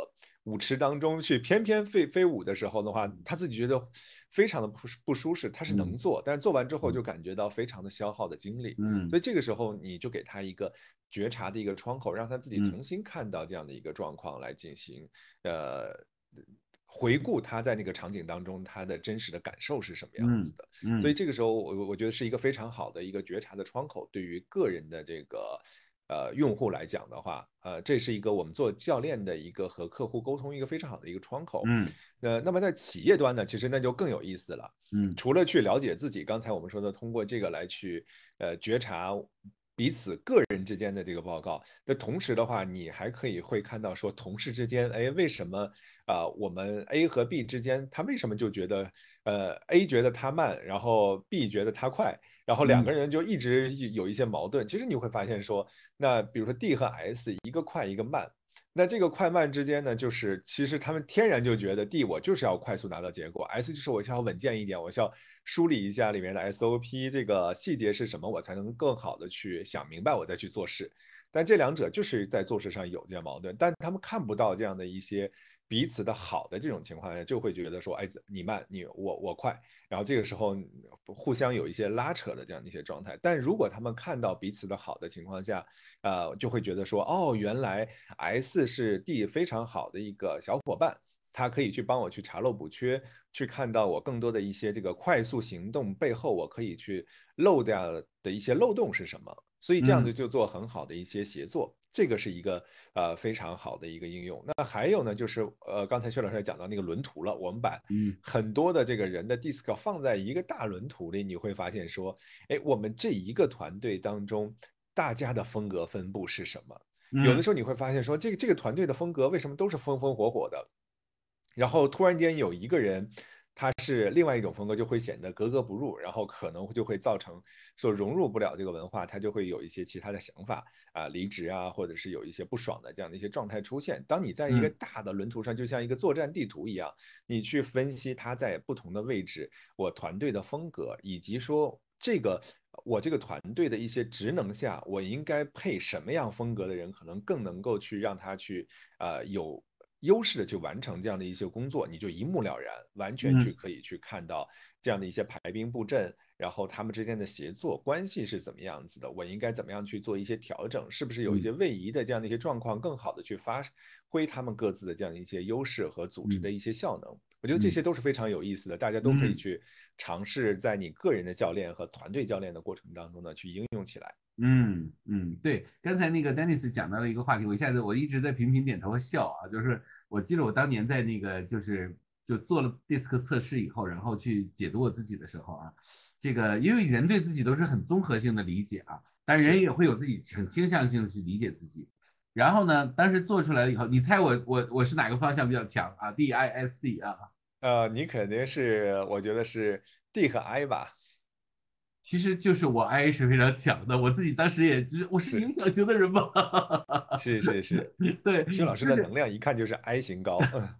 舞池当中去翩翩飞飞舞的时候的话，他自己觉得非常的不不舒适，他是能做，但是做完之后就感觉到非常的消耗的精力， 嗯所以这个时候你就给他一个觉察的一个窗口，让他自己嗯重新看到这样的一个状况来进行呃。回顾他在那个场景当中他的真实的感受是什么样子嗯的，所以嗯这个时候我我觉得是一个非常好的一个觉察的窗口，对于个人的这个呃用户来讲的话，呃，这是一个我们做教练的一个和客户沟通一个非常好的一个窗口。 嗯呃，那么在企业端呢，其实那就更有意思了。 嗯除了去了解自己，刚才我们说的，通过这个来去呃觉察彼此个人之间的这个报告的同时的话，你还可以会看到说同事之间，哎，为什么啊、呃我们 A 和 B 之间，他为什么就觉得呃 A 觉得他慢，然后 B 觉得他快，然后两个嗯人就一直有一些矛盾。其实你会发现说，那比如说 D 和 S 一个快一个慢。那这个快慢之间呢，就是其实他们天然就觉得 D 我就是要快速拿到结果，S 就是我要稳健一点，我需要梳理一下里面的 S O P 这个细节是什么，我才能更好的去想明白我再去做事。但这两者就是在做事上有这样矛盾，但他们看不到这样的一些彼此的好的这种情况下，就会觉得说，哎，你慢，你我我快，然后这个时候互相有一些拉扯的这样的一些状态。但如果他们看到彼此的好的情况下，呃，就会觉得说，哦，原来 S 是 D 非常好的一个小伙伴，他可以去帮我去查漏补缺，去看到我更多的一些这个快速行动背后我可以去漏掉的一些漏洞是什么。所以这样嗯子就做很好的一些协作，这个是一个呃非常好的一个应用。那还有呢，就是呃刚才薛老师也讲到那个轮图了，我们把嗯很多的这个人的 disk 放在一个大轮图里，你会发现说，哎，我们这一个团队当中，大家的风格分布是什么？有的嗯时候你会发现说，这个这个团队的风格为什么都是风风火火的？然后突然间有一个人，他是另外一种风格，就会显得格格不入，然后可能就会造成说融入不了这个文化，他就会有一些其他的想法啊，离职啊，或者是有一些不爽的这样的一些状态出现。当你在一个嗯大的轮图上，就像一个作战地图一样，你去分析它在不同的位置，我团队的风格，以及说这个。我这个团队的一些职能下，我应该配什么样风格的人，可能更能够去让他去呃有优势的去完成这样的一些工作，你就一目了然，完全去嗯可以去看到这样的一些排兵布阵，然后他们之间的协作关系是怎么样子的，我应该怎么样去做一些调整，是不是有一些嗯位移的这样的一些状况，更好的去发挥他们各自的这样的一些优势和组织嗯的一些效能。我觉得这嗯些都是非常有意思的，大家都可以嗯去尝试在你个人的教练和团队教练的过程当中呢，去应用起来。 嗯嗯，对，刚才那个 Dennis 讲到了一个话题，我一下子我一直在频频点头和笑啊，就是我记得我当年在那个就是就做了 D I S C 测试以后，然后去解读我自己的时候啊，这个因为人对自己都是很综合性的理解啊，但人是， 也会有自己很倾向性的去理解自己。然后呢，当时做出来了以后，你猜我我我是哪个方向比较强啊？D I S C 啊， 呃，你肯定是，我觉得是 D 和 I 吧， 其实就是我 I 是非常强的，我自己当时也就是我是是影响型的人嘛， 是是是， 对， 薛老师就是的能量一看就是 I 型高，嗯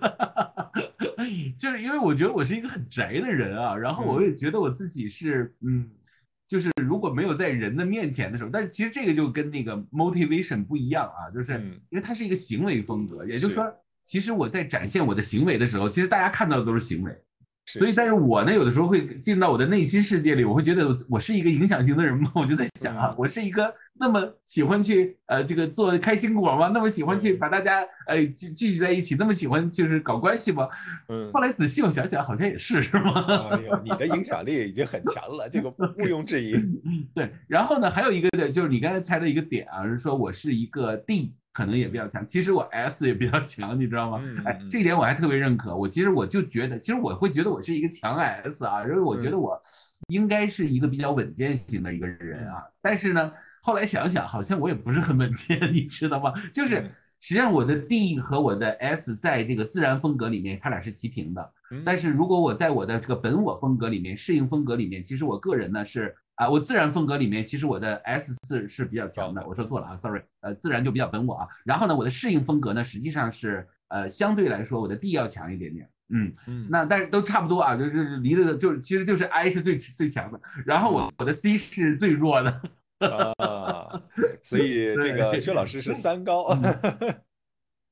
就是因为我觉得我是一个很宅的人啊，然后我嗯也觉得我自己是，嗯，就是如果没有在人的面前的时候，但是其实这个就跟那个 motivation 不一样啊，就是嗯， 因为它是一个行为风格，也就是是说，其实我在展现我的行为的时候，其实大家看到的都是行为，所是， 以，但是我呢，有的时候会进到我的内心世界里，我会觉得我是一个影响型的人吗？我就在想啊， 嗯我是一个那么喜欢去呃这个做开心果吗？那么喜欢去嗯把大家呃聚聚集在一起，那么喜欢就是搞关系吗？后嗯， 来仔细我想想，好像也是，是吗？ 哎呦，你的影响力已经很强了，这个毋庸置疑。 对，然后呢，还有一个点就是你刚才猜的一个点啊，是说我是一个 D，可能也比较强，其实我 S 也比较强，你知道吗？哎，这嗯嗯一点我还特别认可。我其实我就觉得，其实我会觉得我是一个强 S 啊，因为我觉得嗯我应该是一个比较稳健型的一个人嗯啊。但是呢，后来想想，好像我也不是很稳健，你知道吗？就是嗯实际上我的 D 和我的 S 在这个自然风格里面，它俩是齐平的。但是嗯如果我在我的这个本我风格里面、适应风格里面，其实我个人呢是啊，我自然风格里面，其实我的 S 四是比较强的。 高的， 我说错了啊，sorry，呃，自然就比较本我啊。然后呢，我的适应风格呢，实际上是呃相对来说我的 D 要强一点点。嗯， 嗯那但是都差不多啊，就是离的就其实就是 I 是最最强的，然后嗯我我的 C 是最弱的。 啊，所以这个薛老对， 师是三高。 嗯。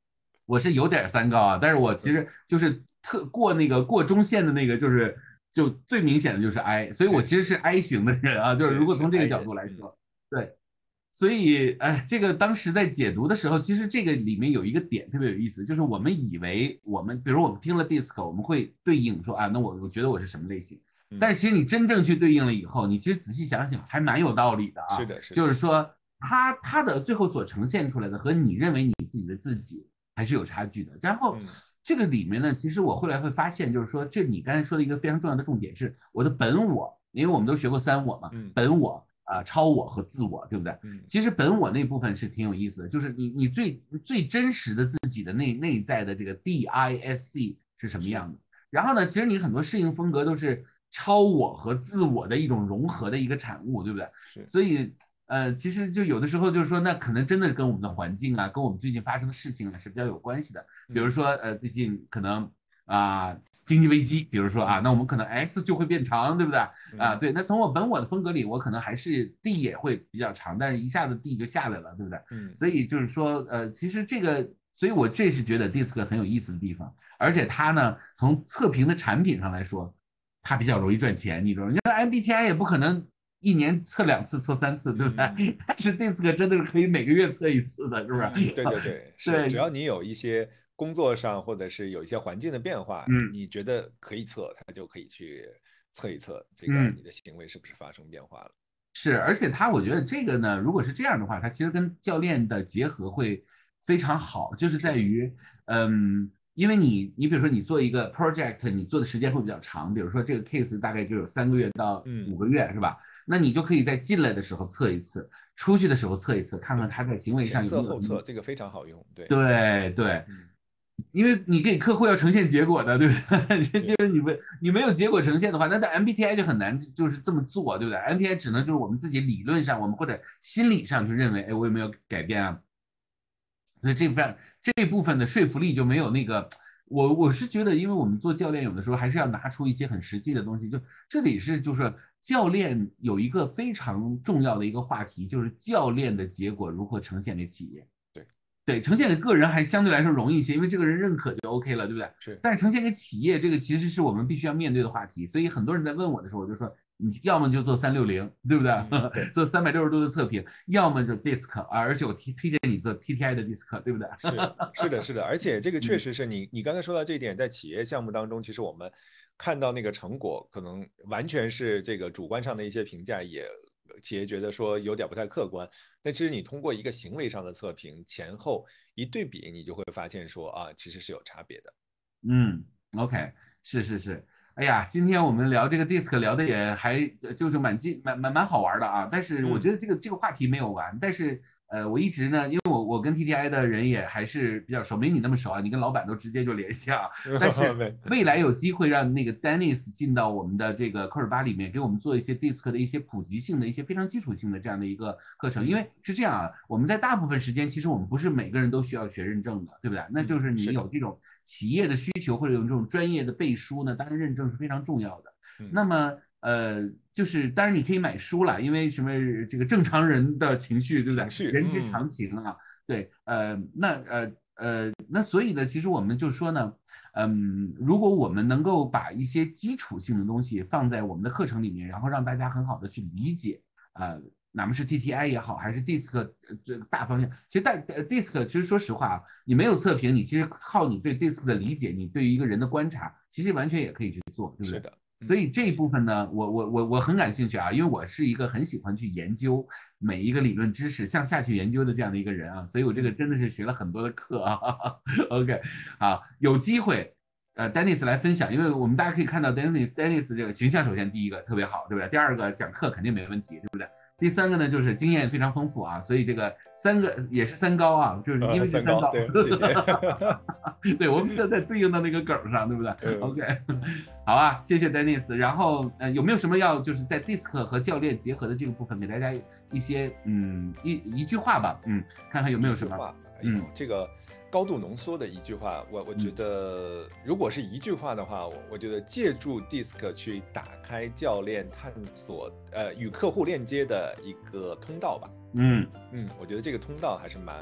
我是有点三高啊，但是我其实就是特过那个过中线的那个，就是就最明显的就是 I，所以我其实是 I 型的人啊，就是如是是果从这个 I 角人，嗯度来说，对。所以，哎，这个当时在解读的时候，其实这个里面有一个点特别有意思，就是我们以为我们，比如我们听了 disc，我们会对应说啊，那我我觉得我是什么类型，但嗯， 是其实你真正去对应了以后，你其实仔细想想还蛮有道理的啊， 是的，是的， 就是说他他的最后所呈现出来的和你认为你自己的自己还是有差距的。然后嗯这个里面呢，其实我后来会发现，就是说这你刚才说的一个非常重要的重点是我的本我，因为我们都学过三我嘛， 嗯本我。啊、呃，超我和自我，对不对？ 嗯其实本我那部分是挺有意思的，就是你你最最真实的自己的内内在的这个 D I S C 是什么是样的。然后呢，其实你很多适应风格都是超我和自我的一种融合的一个产物，对不对？ 是， 所以呃，其实就有的时候就是说，那可能真的跟我们的环境啊，跟我们最近发生的事情啊是比较有关系的。比如嗯说呃，最近可能啊、呃、经济危机，比如说啊， 嗯那我们可能 S 就会变长，对不对？啊， 嗯对，那从我本我的风格里，我可能还是 D 也会比较长，但是一下子 D 就下来了，对不对？ 嗯所以就是说，呃，其实这个，所以我这是觉得 DISC 很有意思的地方，而且它呢，从测评的产品上来说，它比较容易赚钱，你知道吗？你说 M B T I 也不可能一年测两次、测三次，对不嗯对？但是 DISC 真的是可以每个月测一次的，是不是？ 嗯，对对对，是，只对， 要你有一些工作上或者是有一些环境的变化， 嗯你觉得可以测，它就可以去测一测这个嗯。 你的行为是不是发生变化了。 是，而且他我觉得这个呢，如果是这样的话，它其实跟教练的结合会非常好，就是在是， 于，嗯，因为你你比如说你做一个 project，你做的时间会比较长，比如说这个 case 大概就有三个月到嗯， 五个月，是吧？那你就可以在进来的时候测一次，出去的时候测一次，看看对， 他在行为前上有没有什么。 测后测这个非常好用，对， 对对， 嗯， 因为你给客户要呈现结果的，对不对？就是， 是你们你没有结果呈现的话，那在 M B T I 就很难就是这么做，对不对？M B T I 只能就是我们自己理论上，我们或者心理上去认为，哎，我有没有改变啊？所以这份这部分的说服力就没有那个。我我是觉得，因为我们做教练，有的时候还是要拿出一些很实际的东西。就这里是就是教练有一个非常重要的一个话题，就是教练的结果如何呈现给企业。 对， 对，呈现给个人还相对来说容易一些，因为这个人认可就 OK 了，对不对？ 是， 但是呈现给企业，这个其实是我们必须要面对的话题。所以很多人在问我的时候，我就说，你要么就做三六零，对不对？ 嗯，对。 做三百六十度的测评，要么就 DISC，而且我提推荐你做 T T I 的 DISC，对不对？ 是是的，是的，而且这个确嗯实是你你刚才说到这一点，在企业项目当中，其实我们看到那个成果，可能完全是这个主观上的一些评价，也企业觉得说有点不太客观。那其实你通过一个行为上的测评，前后一对比，你就会发现说啊，其实是有差别的。 嗯，OK，是是是，哎呀，今天我们聊这个 DISC 聊的也还就是蛮近蛮蛮蛮好玩的啊，但是我嗯， 觉得这个这个话题没有完，但是呃，我一直呢，因为我我跟 T T I 的人也还是比较熟，没你那么熟啊，你跟老板都直接就联系啊，但是没， 未来有机会让那个 Dennis 进到我们的这个课尔巴里面，给我们做一些 DISC 的一些普及性的一些非常基础性的这样的一个课程，因嗯为是这样啊，我们在大部分时间其实我们不是每个人都需要学认证的，对不对？那就嗯， 是你是的， 有这种企业的需求或者有这种专业的背书呢，当然认证是非常重要的。 嗯那么呃，就是当然你可以买书了，因为什么这个正常人的情绪，对不对？ 情绪， 人之嗯常情啊，对，呃，那呃呃，那所以呢，其实我们就说呢，嗯，如果我们能够把一些基础性的东西放在我们的课程里面，然后让大家很好的去理解，呃，哪怕是 T T I 也好，还是 DISC 呃这个大方向，其实大 DISC 其实说实话啊，你没有测评，你其实靠你对 DISC 的理解，你对于一个人的观察，其实完全也可以去做，对不对？ 是的，嗯所以这一部分呢，我我我我很感兴趣啊，因为我是一个很喜欢去研究每一个理论知识，向下去研究的这样的一个人啊，所以我这个嗯真的是学了很多的课啊。OK，好，有机会，呃，Dennis 来分享，因为我们大家可以看到 Dennis Dennis 这个形象，首先第一个特别好，对不对？第二个讲课肯定没问题，对不对？第三个呢，就是经验非常丰富啊，所以这个三个也是三高啊，就是因呃， 为是三高， 三高，对，谢谢， 对，我们在在对应到那个梗上，对不对嗯。 ？OK，好啊，谢谢 Dennis。然后呃，有没有什么要就是在 DISC 和教练结合的这个部分，给大家一些嗯一一句话吧，嗯，看看有没有什么， 一句话，哎呦， 嗯这个高度浓缩的一句话，我我觉嗯得，如果是一句话的话，我我觉得借助 DISC 去打开教练探索，呃，与客户链接的一个通道吧。 嗯嗯，我觉得这个通道还是蛮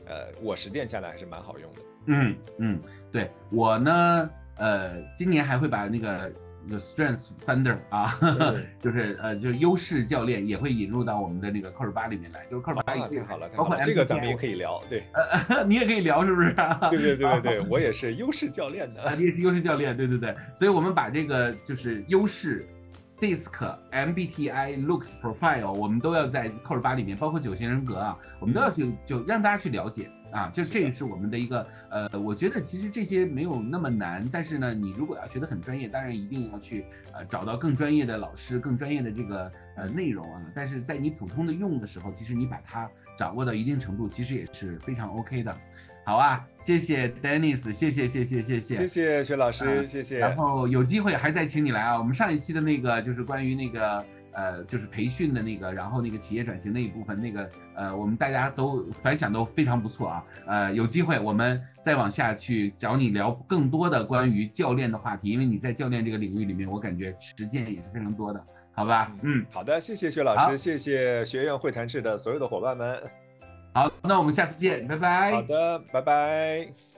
呃，我实践下来还是蛮好用的。 嗯嗯，对我呢，呃，今年还会把那个那个 Strength Finder 啊，就是呃，就是优势教练也会引入到我们的那个 Core 八里面来，就是 Core 八啊，太好了，太包括好了，这个咱们也可以聊，对， 呃，你也可以聊，是不是？ 对对对对对，我也是优势教练的， 啊，你也是优势教练，对对对，所以我们把这个就是优势。D I S C、M B T I、Looks Profile， 我们都要在 Core 八里面，包括九型人格啊，我们都要去就让大家去了解啊，就这个是我们的一个呃，我觉得其实这些没有那么难，但是呢，你如果要学得很专业，当然一定要去呃找到更专业的老师、更专业的这个呃内容啊，但是在你普通的用的时候，其实你把它掌握到一定程度，其实也是非常 OK 的。好啊，谢谢 Dennis， 谢谢谢谢谢谢谢谢薛老师， 呃、 谢谢。 然后有机会还再请你来啊。我们上一期的那个就是关于那个呃，就是培训的那个，然后那个企业转型那一部分，那个呃，我们大家都反响都非常不错啊。呃，有机会我们再往下去找你聊更多的关于教练的话题，因为你在教练这个领域里面，我感觉实践也是非常多的，好吧？嗯， 好的，谢谢薛老师，谢谢学院会谈室的所有的伙伴们。 好，那我们下次见，拜拜。 好的，拜拜。